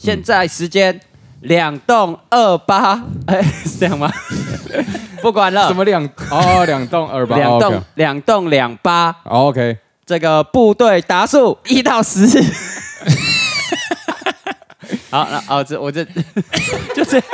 现在时间2:28，是这样吗？不管了， 什么2:28？ 2栋28。 OK， 这个部队达数1到10。好，那我这就这样。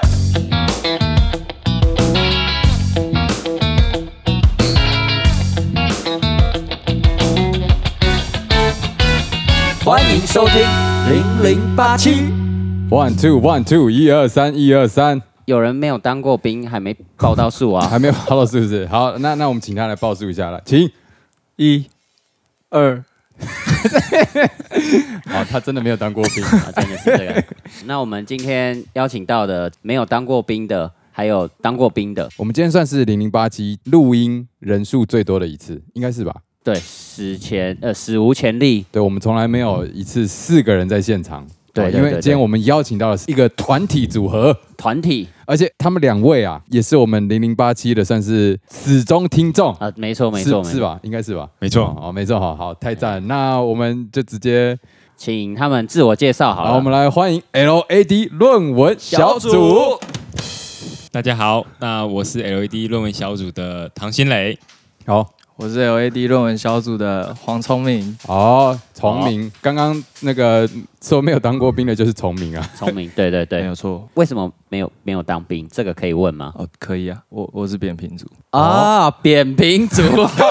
欢迎收听0087。 1 2 1 2 1 2 3 1 2 3。 有人没有当过兵，还没报到数啊？ 还没有报到是不是？好，那我们请他来报数一下了，请。 1、2。 好，他真的没有当过兵， 真的是这个。那我们今天邀请到的没有当过兵的，还有当过兵的。 我们今天算是0087录音人数最多的一次，应该是吧？ 对，史无前例。 对，我们从来没有一次4个人在现场。 对， 因为今天我们邀请到的是一个团体组合，而且他们2位啊，也是我们0087的算是死忠听众啊，没错， 是吧？应该是吧？ 没错， 没错，好，太赞！那我们就直接请他们自我介绍好了。 好，我们来欢迎 LAD 论文小组。 大家好，那我是 LAD 论文小组的唐新磊。 好。 我是 LAD 论文小组的黄聪明。 聪明，刚刚那个说没有当过兵的就是聪明啊。 聪明，对， 没有错。 为什么没有当兵？这个可以问吗？ 可以啊，我是扁平足啊，扁平足。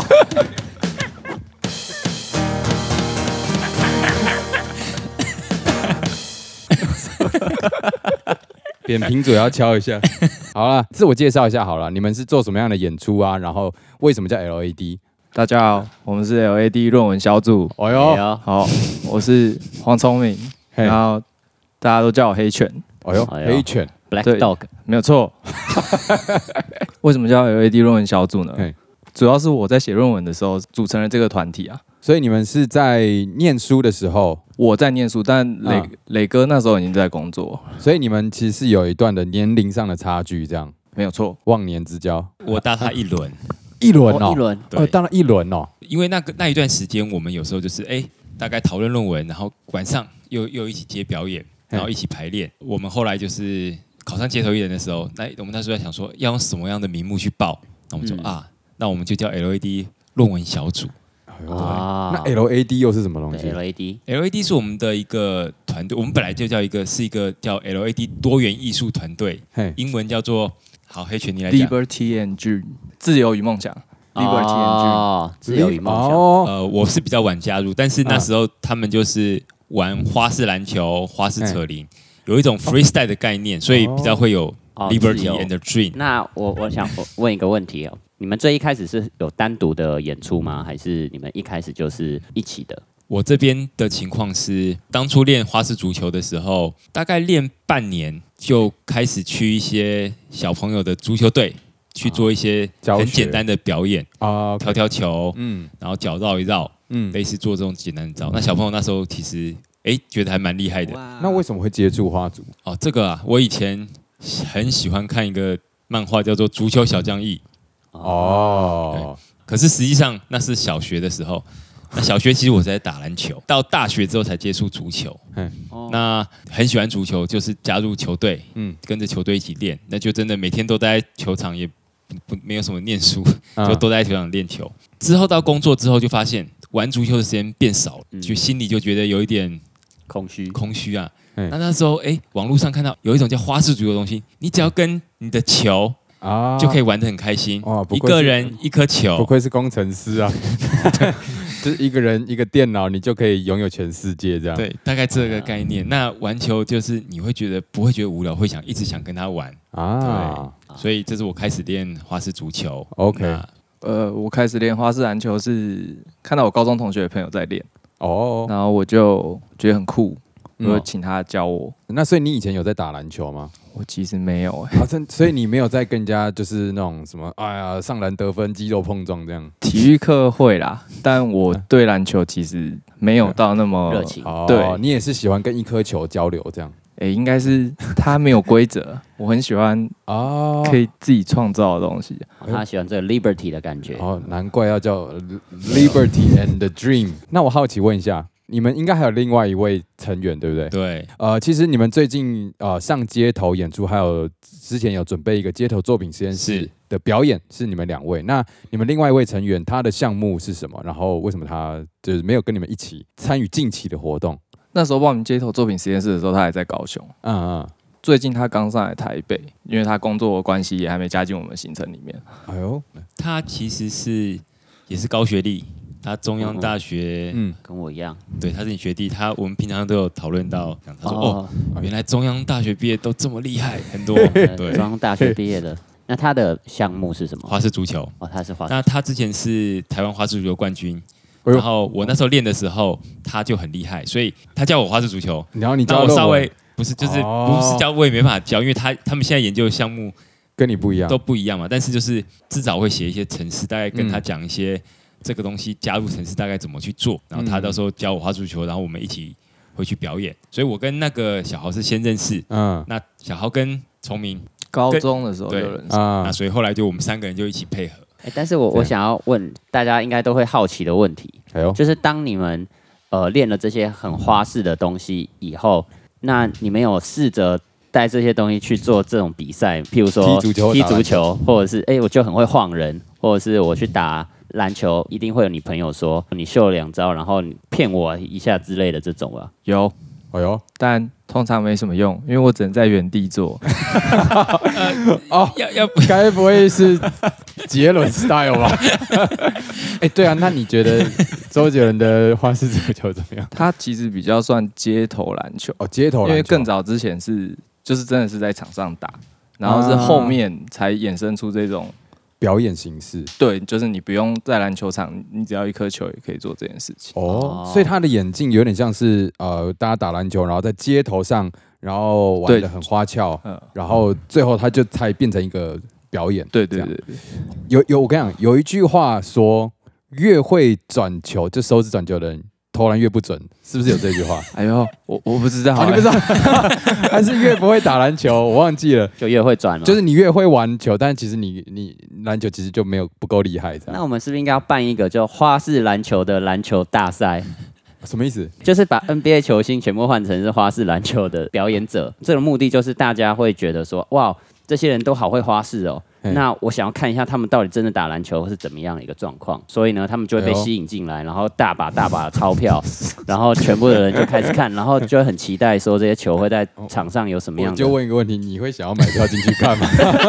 扁平足要敲一下。好了，自我介绍一下好了，你们是做什么样的演出啊？然后为什么叫 LAD？ 大家好，我们是 LAD 论文小组。好，我是黄聪明，然后大家都叫我黑犬。 黑犬 ，Black Dog， 没有错。为什么叫 LAD 论文小组呢？主要是我在写论文的时候组成了这个团体啊。 所以你们是在念书的时候？ 我在念书，但磊哥那时候已经在工作， 所以你们其实是有一段的年龄上的差距，这样没有错。 忘年之交， 我大他1轮， 一轮， 对， 当然1轮哦。 因为那一段时间，我们有时候就是大概讨论论文，然后晚上又一起接表演，然后一起排练。我们后来就是考上街头艺人的时候，我们那时候在想说要用什么样的名目去报，那我们说那我们就叫 LAD 论文小组。 那 LAD 又是什么东西 ？LAD 是我们的一个团队，我们本来就是一个叫 LAD 多元艺术团队，英文叫做黑犬你来讲 Liberty and Dream 自由与梦想。Liberty and Dream 自由与梦想。 我是比较晚加入，但是那时候他们就是玩花式篮球、花式扯铃，有一种 freestyle 的概念，所以比较会有 Liberty and Dream。 那我想问一个问题哦。你们最一开始是有单独的演出吗？还是你们一开始就是一起的？ 我这边的情况是，当初练花式足球的时候，大概练半年就开始去一些小朋友的足球队去做一些很简单的表演跳球，然后脚绕一绕，类似做这种简单的招。那小朋友那时候其实觉得还蛮厉害的。 那为什么会接触花足？ 这个我以前很喜欢看一个漫画叫做《足球小将翼》。可是实际上那是小学的时候，那小学其实我在打篮球，到大学之后才接触足球。那很喜欢足球，就是加入球队，跟着球队一起练，那就真的每天都待在球场，也没有什么念书，就都待在球场练球。之后到工作之后，就发现玩足球的时间变少了，就心里就觉得有一点空虚啊。那时候网络上看到有一种叫花式足球的东西，你只要跟你的球。就可以玩得很开心。一个人一颗球， 不愧是工程师啊！就是一个人一个电脑，你就可以拥有全世界这样。 对，大概这个概念。那玩球就是你会觉得不会觉得无聊，会一直想跟他玩对，所以这是我开始练花式足球。 OK， 我开始练花式篮球是看到我高中同学的朋友在练然后我就觉得很酷，我就请他教我。 那所以你以前有在打篮球吗？ 我其实没有所以你没有在跟人家就是那种什么上篮得分、肌肉碰撞这样。 体育课会啦，但我对篮球其实没有到那么热情。 对，你也是喜欢跟一颗球交流这样。 应该是他没有规则，我很喜欢可以自己创造的东西。 他喜欢这个 liberty 的感觉。 难怪要叫 Liberty and Dream。那我好奇问一下， 你们应该还有另外一位成员，对不对？ 对。 其实你们最近上街头演出，还有之前有准备一个街头作品实验室的表演，是你们2位。那你们另外一位成员他的项目是什么？然后为什么他就是没有跟你们一起参与近期的活动？ 那时候报名街头作品实验室的时候，他还在高雄。最近他刚上来台北，因为他工作的关系也还没加进我们行程里面。 哎呦， 他其实也是高学历。他中央大学， 跟我一样， 对，他是你学弟。我们平常都有讨论到，他说原来中央大学毕业都这么厉害，很多。对， 中央大学毕业的。那他的项目是什么？ 花式足球。 他是花式。 那他之前是台湾花式足球冠军，然后我那时候练的时候他就很厉害，所以他教我花式足球。 然后你教我稍微不是教，我也没办法教，因为他们现在研究的项目跟你不一样， 都不一样嘛。但是就是至少会写一些程式，大概跟他讲一些。这个东西加入程式大概怎么去做，然后他到时候教我花足球，然后我们一起回去表演。所以我跟那个小豪是先认识，那小豪跟崇明高中的时候就认识， 那所以后来就我们3个人就一起配合。 但是我想要问大家应该都会好奇的问题，就是当你们练了这些很花式的东西以后，那你们有试着带这些东西去做这种比赛，譬如说踢足球，或者是我就很会晃人，或者是我去打篮球，一定会有你朋友说你秀了2招，然后你骗我一下之类的这种吧？ 有，但通常没什么用，因为我只能在原地做。 该不会是杰伦 style 吧？对啊，那你觉得周杰伦的花式足球怎么样？ 他其实比较算街头篮球街头篮球， 因为更早之前就是真的是在场上打，然后是后面才衍生出这种。 表演形式， 对，就是你不用在篮球场，你只要一颗球也可以做这件事情。 所以他的演进有点像是大家打篮球，然后在街头上，然后玩得很花俏，然后最后他就才变成一个表演。 对。 我跟你讲，有一句话说，越会转球，就手指转球的人。投篮越不准，是不是有这句话？ 哎呦，我不知道， 你不知道，还是越不会打篮球？我忘记了， 就越会转了。 就是你越会玩球，但其实你篮球其实就没有不够厉害。 那我们是不是应该要办一个叫花式篮球的篮球大赛？ 什么意思？ 就是把 NBA 球星全部换成是花式篮球的表演者。这个目的就是大家会觉得说，哇，这些人都好会花式哦。那我想要看一下他们到底真的打篮球是怎么样的一个状况，所以呢，他们就会被吸引进来，然后大把的钞票，然后全部的人就开始看，然后就会很期待说这些球会在场上有什么样的。 我就问一个问题，你会想要买票进去看吗？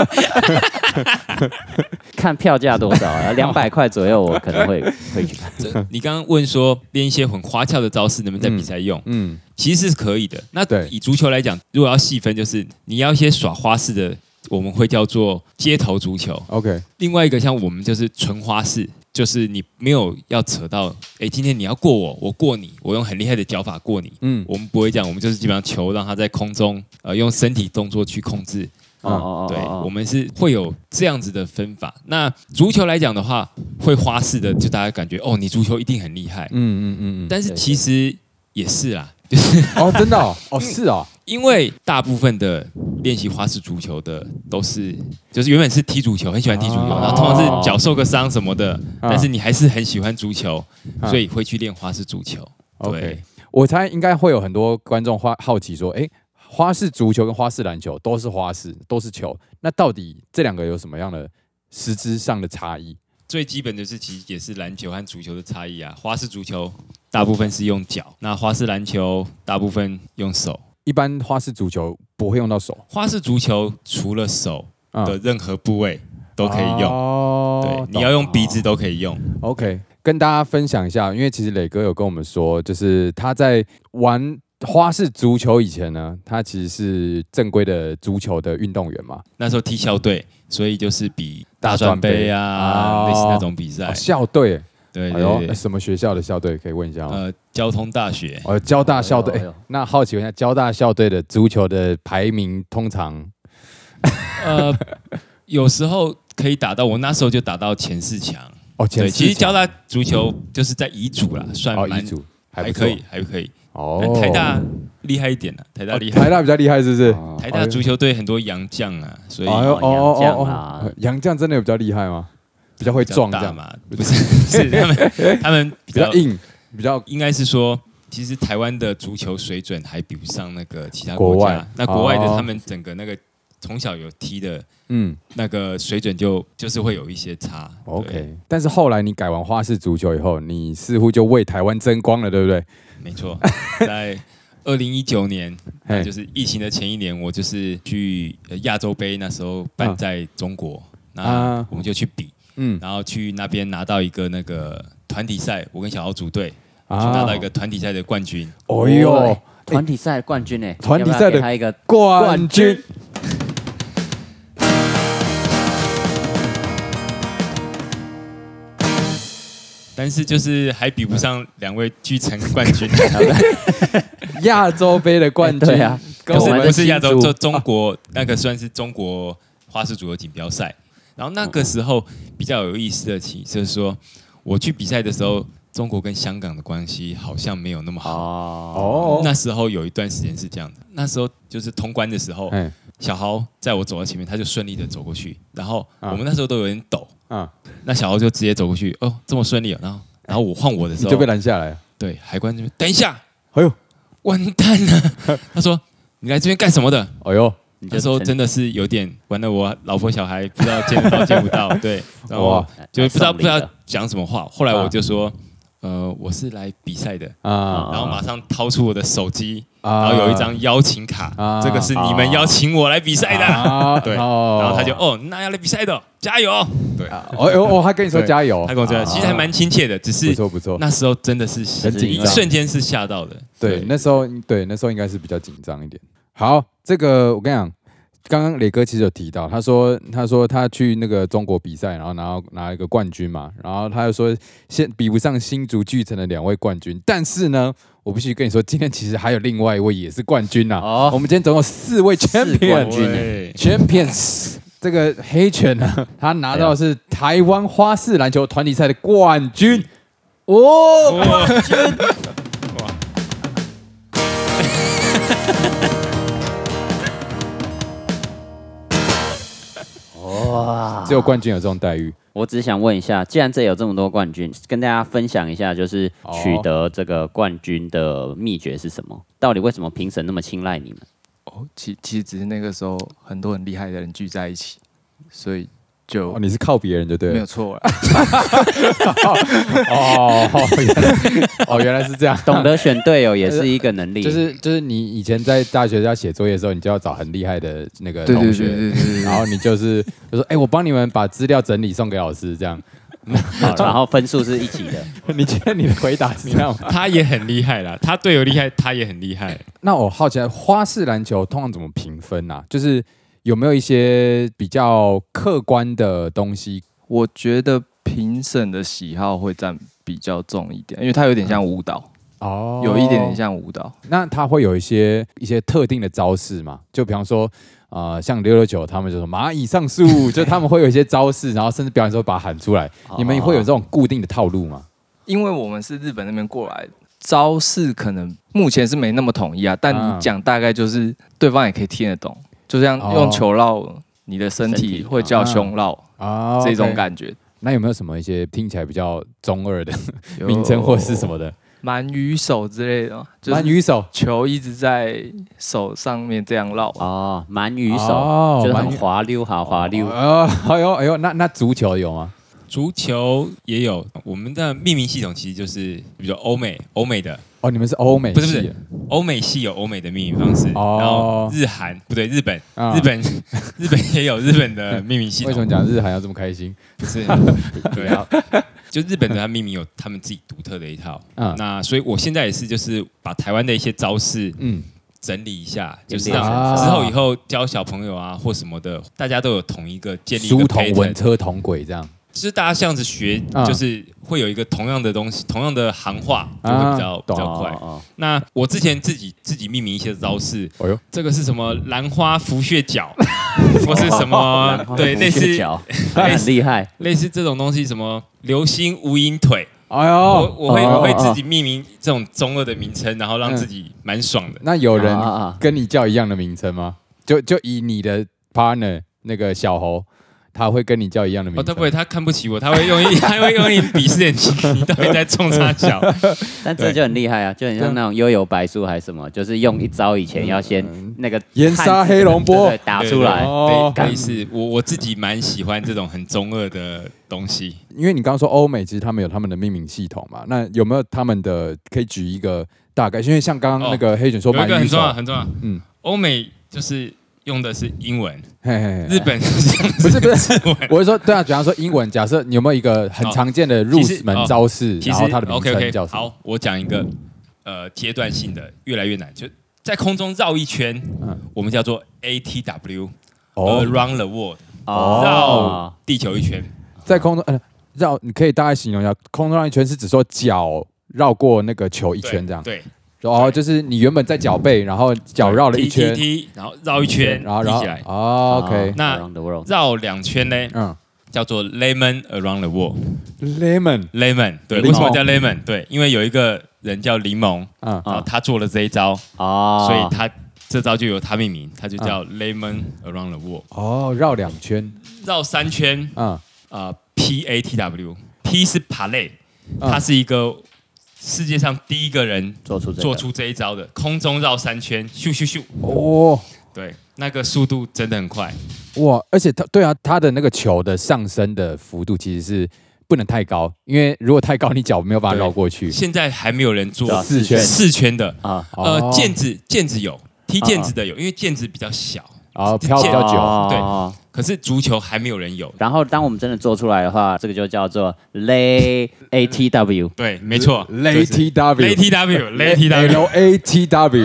看票价多少啊？200块左右，我可能会去看。 你刚刚问说练一些很花俏的招式能不能在比赛用？其实是可以的。那以足球来讲，如果要细分，就是你要一些耍花式的。我们会叫做街头足球 ，OK。 另外一个像我们就是纯花式，就是你没有要扯到，今天你要过我，我过你，我用很厉害的脚法过你。我们不会这样，我们就是基本上球让它在空中，用身体动作去控制。对，我们是会有这样子的分法。那足球来讲的话，会花式的，就大家感觉你足球一定很厉害。但是其实也是啦。就是真的是因为大部分的练习花式足球的都是，就是原本是踢足球，很喜欢踢足球，然后通常是脚受个伤什么的，但是你还是很喜欢足球，所以会去练花式足球。对， 我猜应该会有很多观众好奇说，花式足球跟花式篮球都是花式，都是球，那到底这2个有什么样的实质上的差异？ 最基本的是，其实也是篮球和足球的差异啊。花式足球大部分是用脚，那花式篮球大部分用手。 一般花式足球不会用到手， 花式足球除了手的任何部位都可以用。对，你要用鼻子都可以用。 OK， 跟大家分享一下，因为其实磊哥有跟我们说，就是他在玩花式足球以前呢，他其实是正规的足球的运动员嘛。 那时候踢校队，所以就是比大专杯啊，类似那种比赛。 校队， 对， 什么学校的校队可以问一下吗？ 交通大学。 交大校队。那好奇问一下，交大校队的足球的排名通常， 有时候可以打到，我那时候就打到前4强。 前4强。 其实交大足球就是在乙组啦，算蛮还可以。台大厉害一点了，台大厉害， 台大比较厉害，是不是？ 台大足球队很多洋将啊，所以洋将真的有比较厉害吗？比较会撞这样嘛？不是他们比较硬，比较应该是说其实台湾的足球水准还比不上那个其他国家。那国外的他们整个那个从小有踢的，那个水准就是会有一些差。 OK， 但是后来你改完花式足球以后，你似乎就为台湾争光了，对不对？ 没错，在2019年，那就是疫情的前一年，我就是去亚洲杯，那时候办在中国，那我们就去比，然后去那边拿到一个那个团体赛，我跟小豪组队。就拿到一个团体赛的冠军。 哦呦， 团体赛冠军哎， 团体赛的他一个冠军。 但是就是还比不上2位巨城冠军。 亚洲杯的冠军， 对啊， 不是亚洲，就中国那个算是中国花式足球锦标赛。然后那个时候比较有意思的就是说，我去比赛的时候。中国跟香港的关系好像没有那么好。那时候有一段时间是这样的。那时候就是通关的时候，小豪在我走到前面，他就顺利的走过去。然后我们那时候都有点抖，那小豪就直接走过去，这么顺利哦。然后我换我的时候就被拦下来了。 对，海关这边等一下，哎呦，完蛋了！他说你来这边干什么的？哎呦。那时候真的是有点完了，我老婆小孩不知道见得到见不到，对，然后就不知道讲什么话。后来我就说。我是来比赛的然后马上掏出我的手机，然后有一张邀请卡，这个是你们邀请我来比赛的，对，然后他就那要来比赛的，加油，对， 他跟你说加油， 他跟我说，其实还蛮亲切的，只是不错， 那时候真的是一瞬间是吓到的， 对，那时候应该是比较紧张一点。好，这个我跟你讲。刚刚磊哥其实有提到，他说他去那个中国比赛，然后拿一个冠军嘛，然后他又说比不上新竹巨城的2位冠军，但是呢，我必须跟你说，今天其实还有另外一位也是冠军呐。我们今天总共4位 champions， 这个黑犬呢，他拿到的是台湾花式篮球团体赛的冠军冠军。哇！只有冠军有这种待遇。 我只想问一下，既然这有这么多冠军，跟大家分享一下，就是取得这个冠军的秘诀是什么？到底为什么评审那么青睐你们？ 其实只是那个时候很多很厉害的人聚在一起，所以就你是靠别人就对了， 没有错了。 原来是这样。 懂得选队友也是一个能力。 就是你以前在大学要写作业的时候，你就要找很厉害的那个同学，然后你就说，我帮你们把资料整理送给老师，这样。 然后分数是一起的。 你觉得你的回答是这样吗？ 他也很厉害啦，他队友厉害，他也很厉害。 那我好奇，花式篮球通常怎么评分啊？就是有没有一些比较客观的东西？ 我觉得评审的喜好会占比较重一点，因为它有点像舞蹈有一点点像舞蹈。 那它会有一些特定的招式吗？就比方说，像669他们就说蚂蚁上树，就他们会有一些招式，然后甚至表演的时候把它喊出来。你们会有这种固定的套路吗？ 因为我们是日本那边过来，招式可能目前是没那么统一啊，但你讲大概就是对方也可以听得懂。就像用球绕你的身体，会叫胸绕这种感觉。 那有没有什么一些听起来比较中二的名称或是什么的？ 鳗鱼手之类的， 鳗鱼手， 球一直在手上面这样绕。 鳗鱼手，就是很滑溜，好滑溜。 哎呦，那足球有吗？ 足球也有，我们的命名系统其实就是比如说欧美的。 你们是欧美系？ 不是，欧美系有欧美的命名方式，然后日韩不对，日本也有日本的命名系统。 为什么讲日韩要这么开心？ 不是，对啊，就日本的他命名有他们自己独特的一套。那所以我现在也是，就是把台湾的一些招式，整理一下，就是让之后以后教小朋友啊或什么的，大家都有同一个建立一个书同文车同轨这样。 就是大家这样子学，就是会有一个同样的东西，同样的行话，就会比较快。那我之前自己命名一些招式，这个是什么兰花浮穴脚，或是什么对类似很厉害， 类似这种东西，什么流星无影腿。我会自己命名这种中二的名称，然后让自己蛮爽的。 那有人跟你叫一样的名称吗？就以你的 partner 那个小猴。 他会跟你叫一样的名字。 他不会，他看不起我，他会用一鄙视眼睛，你到底在冲啥小？ 但这就很厉害啊，就很像那种悠游白书还是什么，就是用一招以前要先那个岩沙黑龙波打出来。 对，是我自己蛮喜欢这种很中二的东西。 因为你刚刚说欧美其实他们有他们的命名系统嘛，那有没有他们的可以举一个大概？因为像刚刚那个黑卷说蛮很重要，很重要。欧美就是用的是英文，日本不是，我是说对啊，假如说英文，假设你有没有一个很常见的入门招式，然后它的名称叫什么？ 好，我讲一个阶段性的，越来越难，就在空中绕一圈，我们叫做 ATW，Around the World， 绕地球一圈。 在空中绕，你可以大概形容一下，空中绕一圈是指说脚绕过那个球一圈这样。 对。 然后就是你原本在脚背，然后脚绕了一圈， 然后绕一圈，然后立起来。 OK， 那绕2圈呢？叫做 Lemon Around the World。Lemon， 对，为什么叫 Lemon？ 对，因为有一个人叫柠檬，然后他做了这一招，所以他这招就由他命名，他就叫 Lemon Around the World。 绕2圈， 绕3圈，PATW，P 是 Palais， 它是一个世界上第一个人做出这一招的，空中绕3圈，咻咻咻。对，那个速度真的很快。 哇！而且他的那个球的上升的幅度其实是不能太高，因为如果太高，你脚没有办法绕过去。 现在还没有人做 4 圈的毽子有，踢毽子的有，因为毽子比较小。 飘比较久， 对。可是足球还没有人有。 然后当我们真的做出来的话，这个就叫做 Lay ATW。 对，没错 ，Lay TW，Lay TW，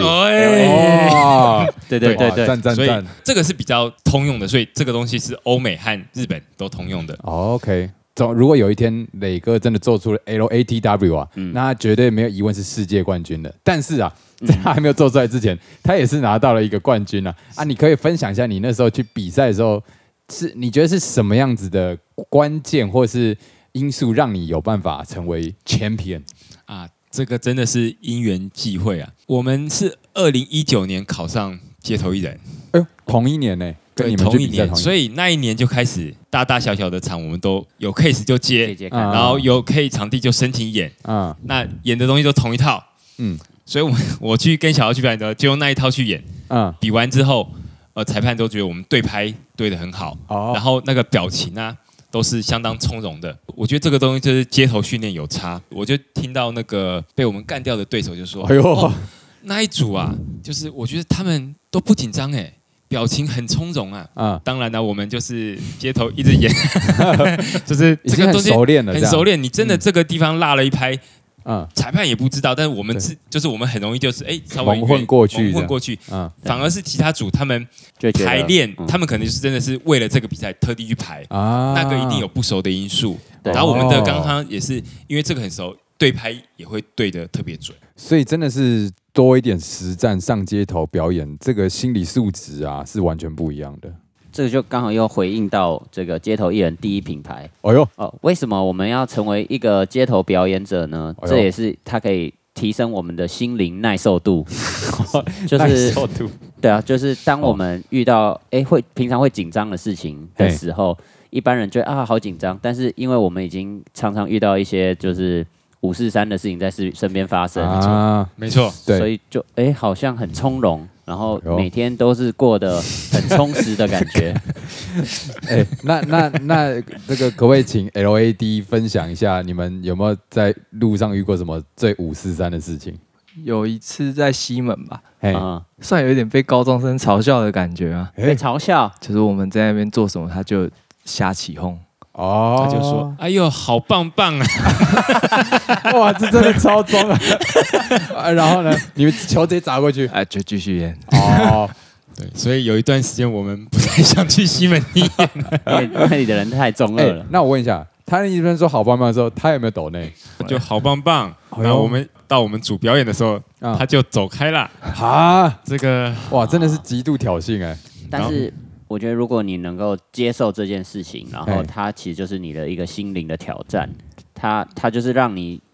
对， 赞。 所以这个是比较通用的，所以这个东西是欧美和日本都通用的。 OK。如果有一天磊哥真的做出了 LATW 啊，那他绝对没有疑问是世界冠军的。但是啊，在他还没有做出来之前，他也是拿到了一个冠军啊！你可以分享一下你那时候去比赛的时候，你觉得是什么样子的关键或是因素让你有办法成为 champion 啊？这个真的是因缘际会啊！我们是2019年考上街头艺人， 同一年呢。 对，同一年，所以那一年就开始大大小小的场，我们都有 case 就接，然后有可以场地就申请演，那演的东西都同一套，所以我去跟小姚去表演的，就用那一套去演，比完之后，裁判都觉得我们对拍对得很好，然后那个表情啊都是相当从容的，我觉得这个东西就是街头训练有差，我就听到那个被我们干掉的对手就说，那一组啊，就是我觉得他们都不紧张哎。表情很从容啊，当然了，我们就是街头一直演，就是这个东西很熟练了， 很熟练。你真的这个地方落了一拍，裁判也不知道，但是我们就是我们很容易就是稍微蒙混过去， 反而是其他组他们排练，他们可能就是真的是为了这个比赛特地去排，那个一定有不熟的因素。然后我们的刚刚也是因为这个很熟，对拍也会对得特别准， 所以真的是。多一点实战上街头表演，这个心理素质啊是完全不一样的。 这个就刚好又回应到这个街头艺人第一品牌。为什么我们要成为一个街头表演者呢？这也是它可以提升我们的心灵耐受度。就是耐受度。对啊，就是当我们遇到平常会紧张的事情的时候，一般人觉得好紧张，但是因为我们已经常常遇到一些就是543的事情在身边发生没错， 对， 所以就好像很从容，然后每天都是过得很充实的感觉。 那这个可不可以请 LAD 分享一下，你们有没有在路上遇过什么最543的事情？ 有一次在西门吧，算有一点被高中生嘲笑的感觉啊。 被嘲笑， 就是我们在那边做什么，他就瞎起哄。 他就说：“哎呦，好棒棒啊！” 哇，这真的超装啊！然后呢，你们球直接砸过去， 就继续演。 对，所以有一段时间我们不太想去西门町演， 因为那里的人太中二了。 那我问一下，他那一边说好棒棒的时候，他有没有抖内？ 就好棒棒。然后我们到我们组表演的时候，他就走开了。这个哇，真的是极度挑衅哎！ 但是。我觉得，如果你能够接受这件事情，然后它其实就是你的一个心灵的挑战，它就是让你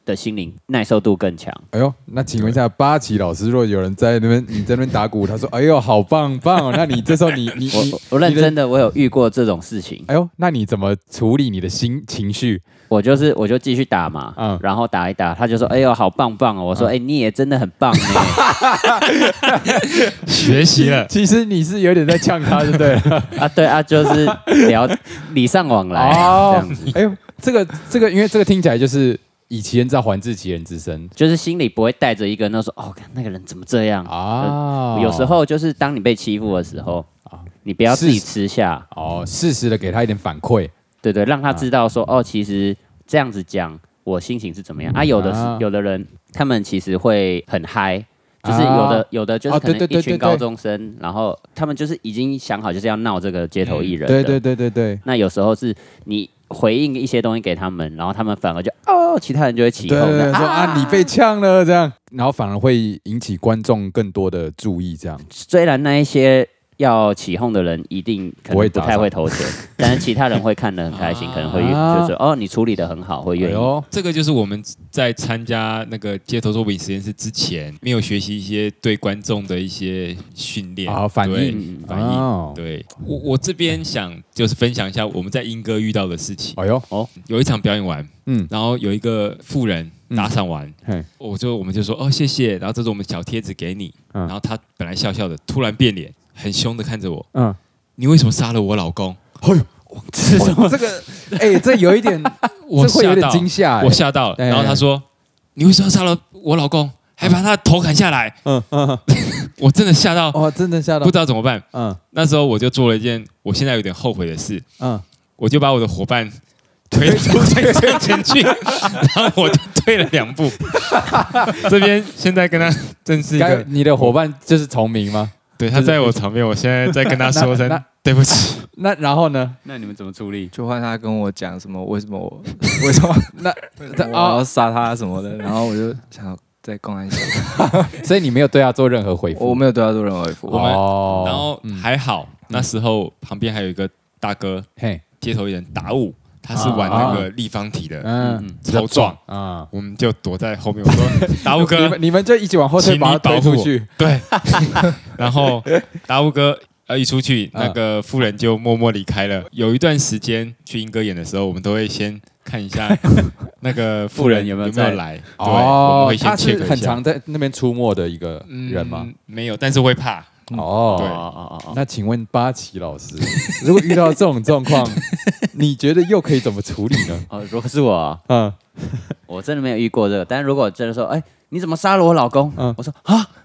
的心灵耐受度更强。 哎呦，那请问一下，八旗老师，若有人在那边，你在那边打鼓，他说：“哎呦，好棒棒哦！”那你这时候你我认真的，我有遇过这种事情。 哎呦，那你怎么处理你的情绪？我就继续打嘛，然后打一打，他就说：“哎呦，好棒棒哦！”我说：“哎，你也真的很棒呢。” 学习了。 其实你是有点在呛他，对不对了？ 啊，对啊，就是礼尚往来这样子。 哎呦，这个，因为这个听起来就是以其人之道还治其人之身， 就是心里不会带着一个那说哦，那个人怎么这样啊？有时候就是当你被欺负的时候你不要自己吃下适时的给他一点反馈。对对，让他知道说其实这样子讲，我心情是怎么样啊？有的人，他们其实会很嗨，就是有的就是可能一群高中生，然后他们就是已经想好就是要闹这个街头艺人。 对。 那有时候是你回应一些东西给他们，然后他们反而就其他人就会起哄， 说你被呛了这样，然后反而会引起观众更多的注意这样。 虽然那一些要起哄的人一定可能不太会投钱，但是其他人会看得很开心，可能会就是你处理得很好，会愿意。 这个就是我们在参加那个街头作品实验室之前，没有学习一些对观众的一些训练反应。 对，我这边想就是分享一下我们在莺歌遇到的事情。有一场表演完，然后有一个妇人打赏完，我们就说谢谢，然后这是我们小贴纸给你，然后他本来笑笑的，突然变脸。很凶的看着我，你为什么杀了我老公？ 这个，这有一点， 我会有点惊吓， 我吓到了。然后他说：“你为什么要杀了我老公，还把他的头砍下来？”我真的吓到， 真的吓到， 不知道怎么办。那时候我就做了一件我现在有点后悔的事，我就把我的伙伴推前去，然后我就退了2步。这边现在跟他正式一个， 你的伙伴就是崇明吗？ 对，他在我旁边，我现在在跟他说声对不起。 那然后呢？ 那你们怎么处理？ 就换他跟我讲什么？为什么我要杀他什么的？然后我就想要再公安一下。 所以你没有对他做任何回复？ 我没有对他做任何回复。 然后还好，那时候旁边还有一个大哥，街头艺人达悟。他是玩那个立方体的，超壮啊！我们就躲在后面。我说：“达悟哥， 你们就一起往后退，把他推出去。” 对。然后达悟哥一出去，那个妇人就默默离开了。有一段时间去莺歌演的时候，我们都会先看一下那个妇人有没有来。对，我们会先 check 一下。 他是很常在那边出没的一个人吗？ 没有，但是会怕。 对。那请问八旗老师，如果遇到这种状况，你觉得又可以怎么处理呢？ 如果是我，我真的没有遇过这个。但是如果真的说，你怎么杀了我老公？我说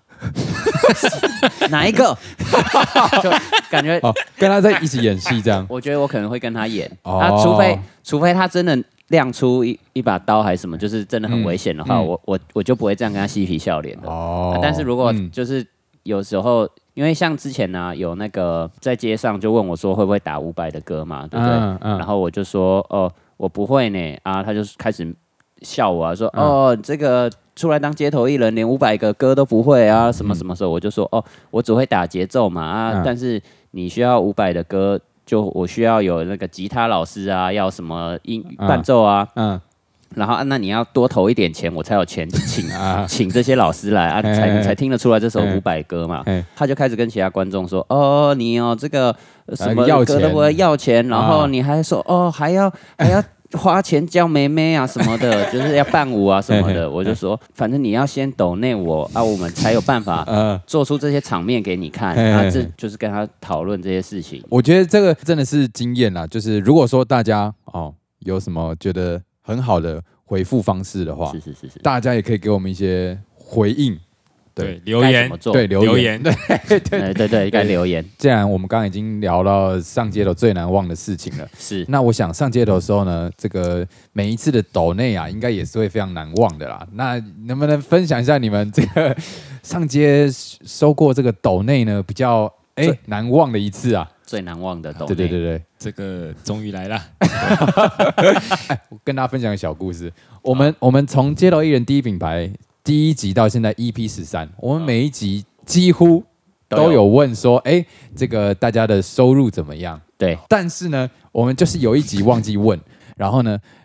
哪一个？就感觉跟他在一起演戏这样。 我觉得我可能会跟他演除非他真的亮出一把刀还是什么，就是真的很危险的话，我就不会这样跟他嬉皮笑脸的。但是如果就是有时候。因为像之前呢，有那个在街上就问我说会不会打500的歌嘛，对不对？然后我就说我不会呢他就开始笑我说这个出来当街头艺人连500个歌都不会啊，什么什么时候我就说我只会打节奏嘛但是你需要500的歌，就我需要有那个吉他老师啊，要什么伴奏啊，然后那你要多投一点钱，我才有钱请这些老师来才听得出来这首500歌嘛。他就开始跟其他观众说你这个什么歌都不会要钱，然后你还说还要花钱教妹妹啊什么的，就是要伴舞啊什么的。我就说反正你要先抖内我我们才有办法做出这些场面给你看。这就是跟他讨论这些事情。 我觉得这个真的是经验啦，就是如果说大家有什么觉得很好的回复方式的话，是，大家也可以给我们一些回应， 对，留言， 对，留言， 对，该留言。 既然我们刚刚已经聊到上街头最难忘的事情了， 是， 那我想上街头的时候呢，这个每一次的抖内应该也是会非常难忘的啦。那能不能分享一下你们这个上街收过这个抖内呢比较难忘的一次啊？ 最难忘的抖内， 对， 这个终于来了。 我跟大家分享个小故事。我们从街头艺人第一品牌第1集到现在 EP13，我们每一集几乎都有问说，这个大家的收入怎么样？ 对， 但是呢，我们就是有一集忘记问，然后呢，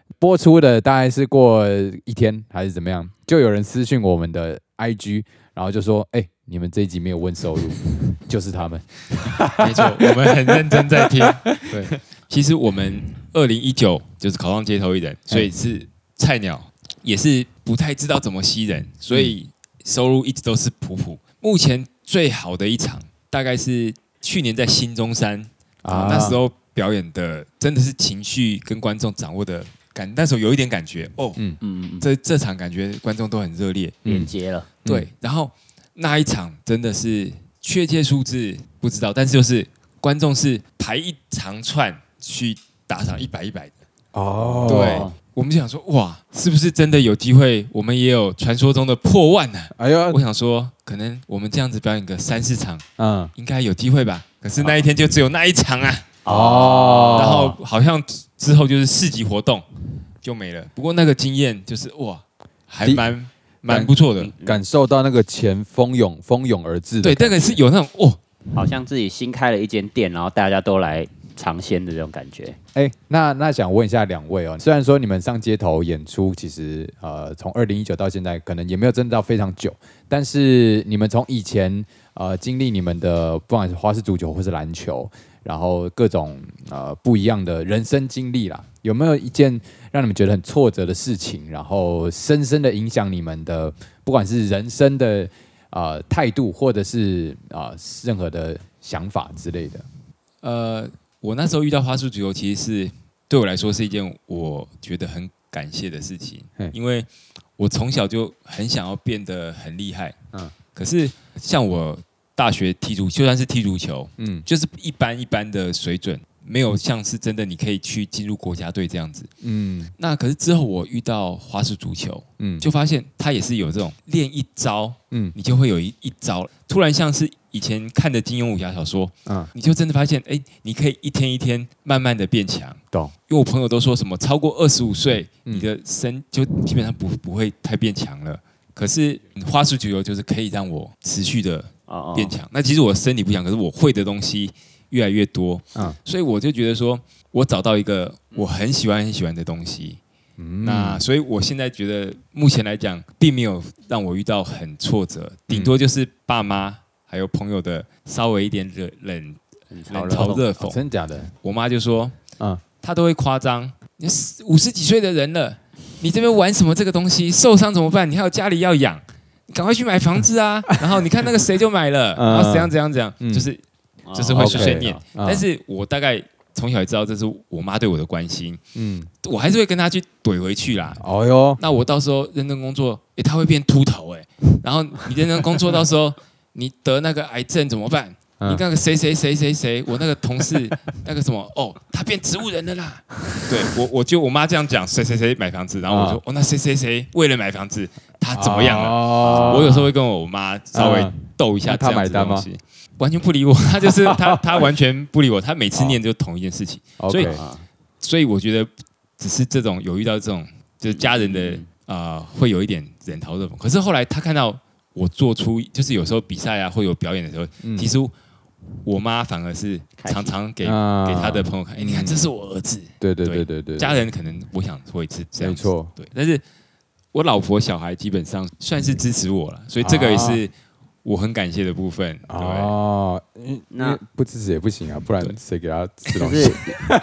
播出的大概是过1天还是怎么样，就有人私讯我们的 IG， 然后就说：“你们这一集没有问收入，就是他们。” 没错，我们很认真在听。对，其实我们2019就是考上街头艺人，所以是菜鸟，也是不太知道怎么吸人，所以收入一直都是普普。目前最好的一场大概是去年在新中山那时候表演的，真的是情绪跟观众掌握的那时候有一点感觉哦，这场感觉观众都很热烈， 连接了。 对，然后那一场真的是确切数字不知道，但是就是观众是排一长串去打赏100的。哦，对，我们就想说，哇，是不是真的有机会？我们也有传说中的破万呢？哎呦，我想说，可能我们这样子表演个3-4场，应该有机会吧。可是那一天就只有那一场啊。哦，然后好像之后就是4级活动就没了。不过那个经验就是哇，还蛮不错的， 感受到那个钱蜂拥而至的。 对，那个是有那种好像自己新开了一间店，然后大家都来尝鲜的这种感觉。 那想问一下2位哦，虽然说你们上街头演出，其实从2019到现在可能也没有真的到非常久，但是你们从以前经历你们的不管是花式足球或是篮球，然后各种不一样的人生经历啦，有没有一件让你们觉得很挫折的事情，然后深深的影响你们的不管是人生的态度，或者是任何的想法之类的？ 我那时候遇到花式足球，其实是对我来说是一件我觉得很感谢的事情，因为我从小就很想要变得很厉害，可是像我大学就算是踢足球，就是一般的水准，没有像是真的你可以去进入国家队这样子，那可是之后我遇到花式足球，就发现它也是有这种练一招，你就会有一招，突然像是以前看的金庸武侠小说，你就真的发现，你可以一天一天慢慢的变强。懂？因为我朋友都说什么超过25岁，你的身就基本上不会太变强了。可是花式足球就是可以让我持续的变强。那其实我身体不强，可是我会的东西越来越多，所以我就觉得说，我找到一个我很喜欢的东西。那所以我现在觉得，目前来讲，并没有让我遇到很挫折，顶多就是爸妈还有朋友的稍微一点冷嘲热讽。 真的假的？ 我妈就说，她都会夸张，你50几岁的人了，你这边玩什么这个东西？受伤怎么办？你还有家里要养，你赶快去买房子啊！然后你看那个谁就买了，然后怎样，就是会碎碎念。但是我大概从小也知道这是我妈对我的关心，我还是会跟她去怼回去啦。哦哟，那我到时候认真工作，她会变秃头然后你认真工作，到时候你得那个癌症怎么办？你那个谁，我那个同事那个什么他变植物人了啦。对我妈这样讲，谁买房子，然后我说那谁为了买房子他怎么样了？我有时候会跟我妈稍微斗一下这样子的东西。完全不理我，他就是他完全不理我，他每次念就同一件事情，所以我觉得只是这种有遇到这种就是家人的会有一点冷嘲热讽，可是后来他看到我做出就是有时候比赛啊会有表演的时候，其实我妈反而是常常给他的朋友看，你看这是我儿子，对，家人可能我想会是这样子，没错，对，但是我老婆小孩基本上算是支持我了，所以这个也是我很感谢的部分。 那不支持也不行啊，不然谁给他吃东西？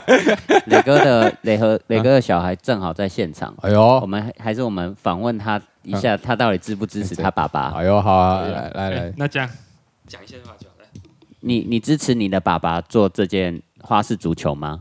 磊哥的小孩正好在现场，我们访问他一下，他到底支不支持他爸爸？ 好啊，来， 那这样讲一下话就好了。 你支持你的爸爸做这件花式足球吗？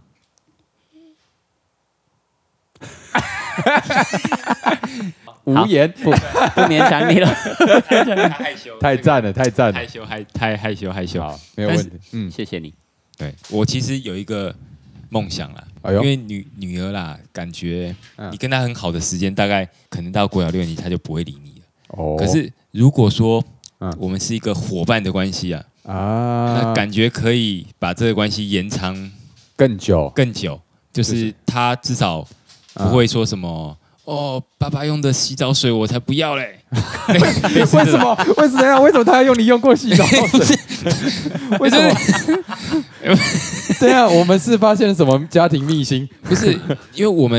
无言， 不勉强你了。 太害羞， 太赞了， 太害羞。 好，没有问题。 谢谢你。 对，我其实有一个梦想啦，因为女儿啦，感觉你跟她很好的时间，大概可能到国小6年级，她就不会理你了。可是如果说我们是一个伙伴的关系那感觉可以把这个关系延长更久， 就是她至少不会说什么。爸爸用的洗澡水我才不要嘞！ 为什么？为什么他要用你用过洗澡水？为什么？对啊，我们是发现了什么家庭秘辛？ 不是，因为我们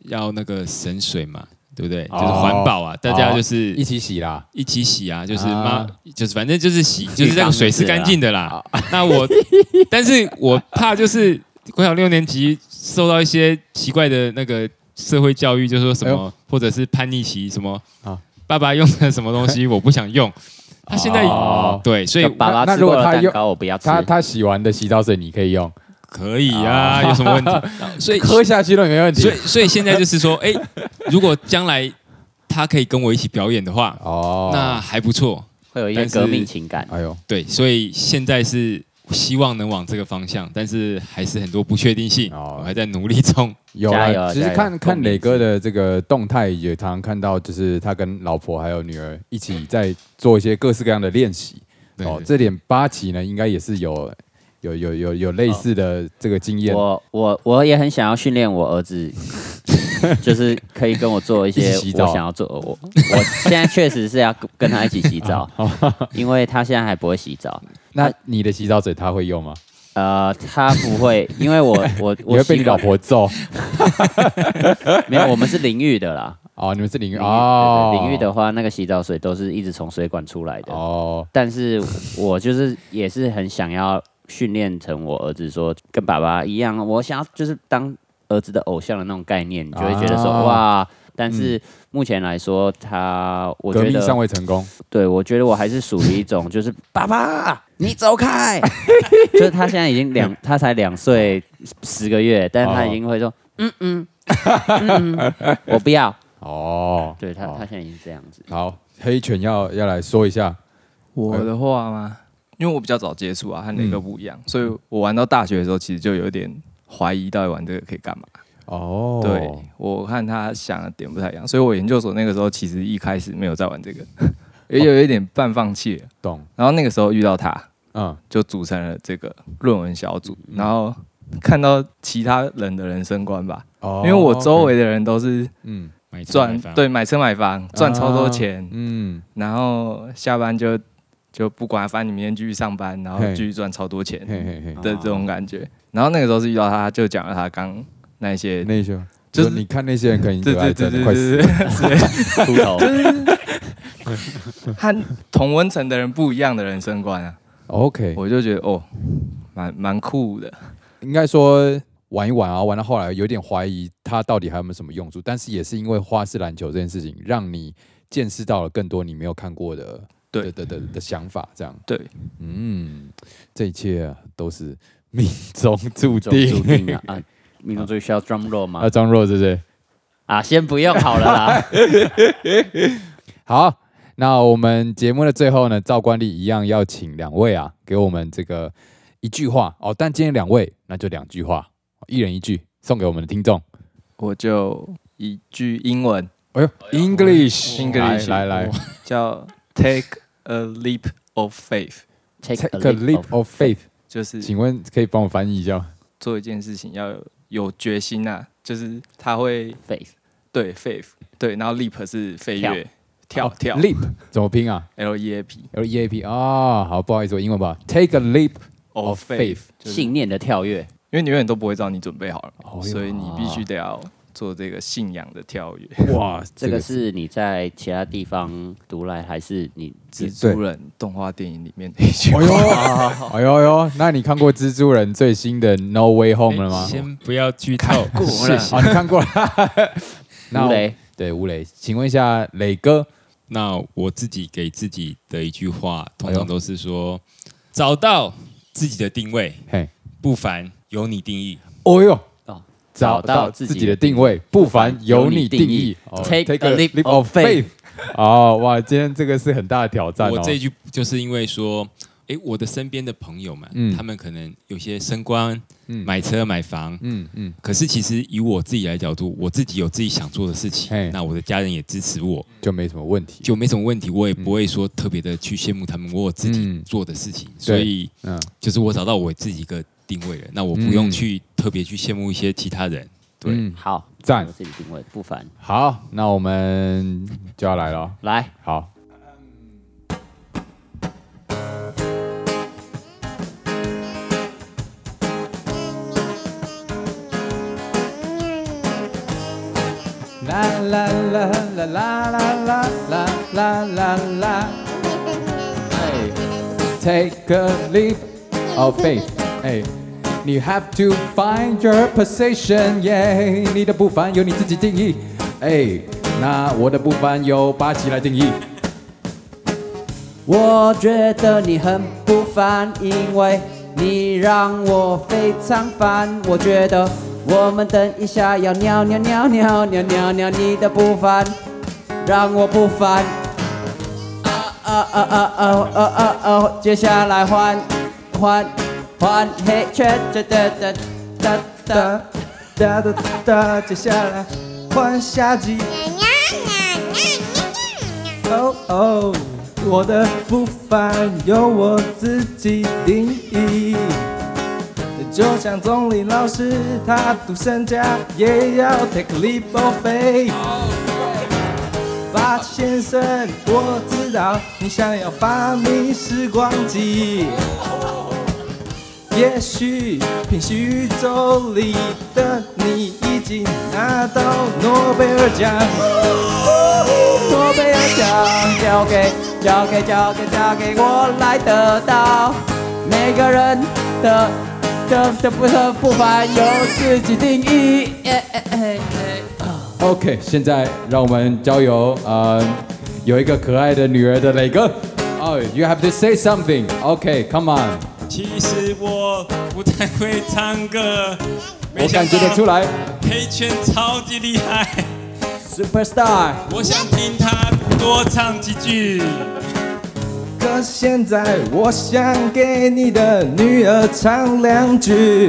要那个省水嘛，对不对？就是环保啊，大家就是一起洗啦， 一起洗啊，就是就是反正就是洗，就是这个水是干净的啦。那但是我怕就是国小6年级受到一些奇怪的那个社会教育，就说什么或者是叛逆期什么爸爸用的什么东西我不想用。他现在对，所以爸爸吃过的蛋糕我不要吃。 他洗完的洗澡水你可以用， 可以啊，有什么问题？所以喝下去都没问题。 所以现在就是说，如果将来他可以跟我一起表演的话，那还不错， 会有一些革命情感。 哎呦， 对，所以现在是希望能往这个方向，但是还是很多不确定性，我还在努力中。 有啊，其实看磊哥的这个动态，也常常看到，就是他跟老婆还有女儿一起在做一些各式各样的练习。这点八旗呢，应该也是有类似的这个经验。 我也很想要训练我儿子，就是可以跟我做一些我想要做。我现在确实是要跟他一起洗澡，因为他现在还不会洗澡。 那你的洗澡水他会用吗？ 他不会，因为我你会被你老婆揍。 没有，我们是淋浴的啦。 你们是淋浴淋浴的话，那个洗澡水都是一直从水管出来的。但是我就是也是很想要训练成我儿子说跟爸爸一样，我想要就是当儿子的偶像的那种概念，你就会觉得说哇。但是目前来说，我觉得革命尚未成功。 对，我觉得我还是属于一种，就是爸爸，你走开。就是他现在已经他才2岁10个月，但是他已经会说，我不要。对他现在已经这样子。 好，黑犬要来说一下我的话吗？因为我比较早接触啊，和磊哥不一样，所以我玩到大学的时候，其实就有点怀疑到底玩这个可以干嘛。对，我看他想的点不太一样，所以我研究所那个时候其实一开始没有在玩这个，也有一点半放弃了。 懂。 然后那个时候遇到他，就组成了这个论文小组，然后看到其他人的人生观吧。因为我周围的人都是买车买房赚超多钱，然后下班就不管，反正你明天继续上班，然后继续赚超多钱的这种感觉。然后那个时候是遇到他，就讲了他刚。那些就是你看那些人可能得癌症快死， 秃头， 和同温层的人不一样的人生观啊。 OK， 我就觉得蛮酷的。 应该说玩一玩啊，玩到后来有点怀疑它到底还有没有什么用处，但是也是因为花式篮球这件事情，让你见识到了更多你没有看过的的想法，这样。 对， 这一切都是命中注定啊。命中注定需要 drum roll 吗？ 要 drum roll 是不是？ 先不用好了啦。 好，那我们节目的最后呢，照惯例一样要请2位给我们这个一句话但今天2位那就2句话，一人1句送给我们的听众。 我就1句英文。 English， 来， 叫 Take a leap of faith。Take a leap of faith， 就是请问可以帮我翻译一下？ 做一件事情要有决心就是他会 faith， 对 faith， 对，然后 leap 是飞跃跳 leap 怎么拼啊 ？LEAP 好，不好意思，我英文吧。Take a leap of faith， 信念的跳跃， 因为你永远都不会知道你准备好了，所以你必须得要做这个信仰的跳跃。 哇， 这个是你在其他地方读来，还是你蜘蛛人动画电影里面的一句话？ 哎呦，那你看过蜘蛛人最新的 No Way Home 了吗？ 先不要剧透， 谢谢。你看过了。 吴磊， 对吴磊，请问一下磊哥， 那我自己给自己的一句话，通常都是说，找到自己的定位，不凡由你定义。 找到自己的定位，不凡由你定义。 Take a leap of faith。 哇，今天这个是很大的挑战。 我这一句就是因为说，我的身边的朋友们，他们可能有些升官、买车、买房，可是其实以我自己来角度，我自己有自己想做的事情，那我的家人也支持我， 就没什么问题， 我也不会说特别的去羡慕他们我有自己做的事情，所以就是我找到我自己一个定位了，那我不用去特别去羡慕一些其他人。对， 好， 赞， 自己定位不凡。 好，那我们就要来了， 来， 好。 啦啦啦啦啦啦啦啦啦。Take a leap of faith. You have to find your position. Yeah， 你的不凡由你自己定义。那我的不凡由八旗来定义。 我觉得你很不凡，因为你让我非常烦。我觉得我们等一下要尿尿尿尿尿尿尿，你的不凡让我不烦。接下来换黑圈， 接下来换夏季。我的不凡由我自己定义，就像总理老师，他读身家也要 take a leap of faith。巴先生，我知道你想要发明时光机，也许平行宇宙里的你已经拿到诺贝尔奖。 诺贝尔奖交给我来得到，每个人的不凡由自己定义。 OK， 现在让我们交由有一个可爱的女儿的磊哥。You have to say something. OK，come on。 其实我不太会唱歌， 我感觉得出来。 黑圈超级厉害 ，Superstar。 我想听他多唱几句。 可现在我想给你的女儿唱两句。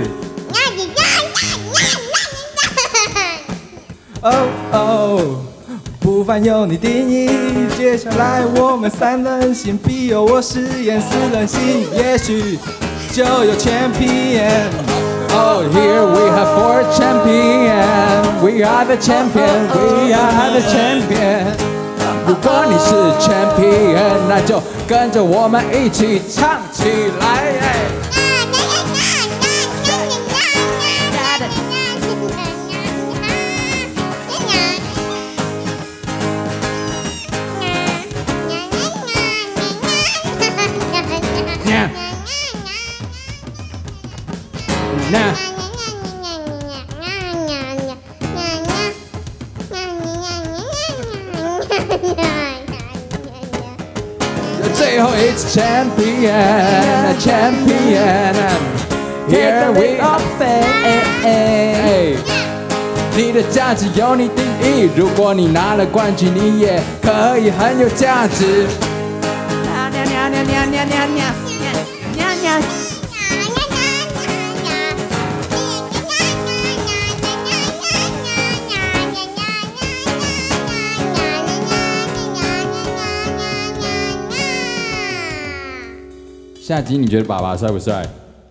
不凡由你定义，接下来我们三人行必有我实验四人行，也许就有 champion。 Here we have 4 champion. We are the champion. We are the champion. 如果你是 champion， 那就跟着我们一起唱起来。最后一次 champion Here we are。你的价值由你定义，如果你拿了冠军，你也可以很有价值。下集你觉得爸爸帅不帅？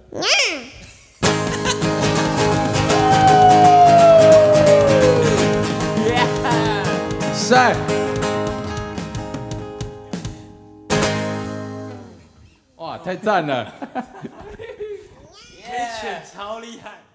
帅！哇，太赞了！ 黑犬超厉害。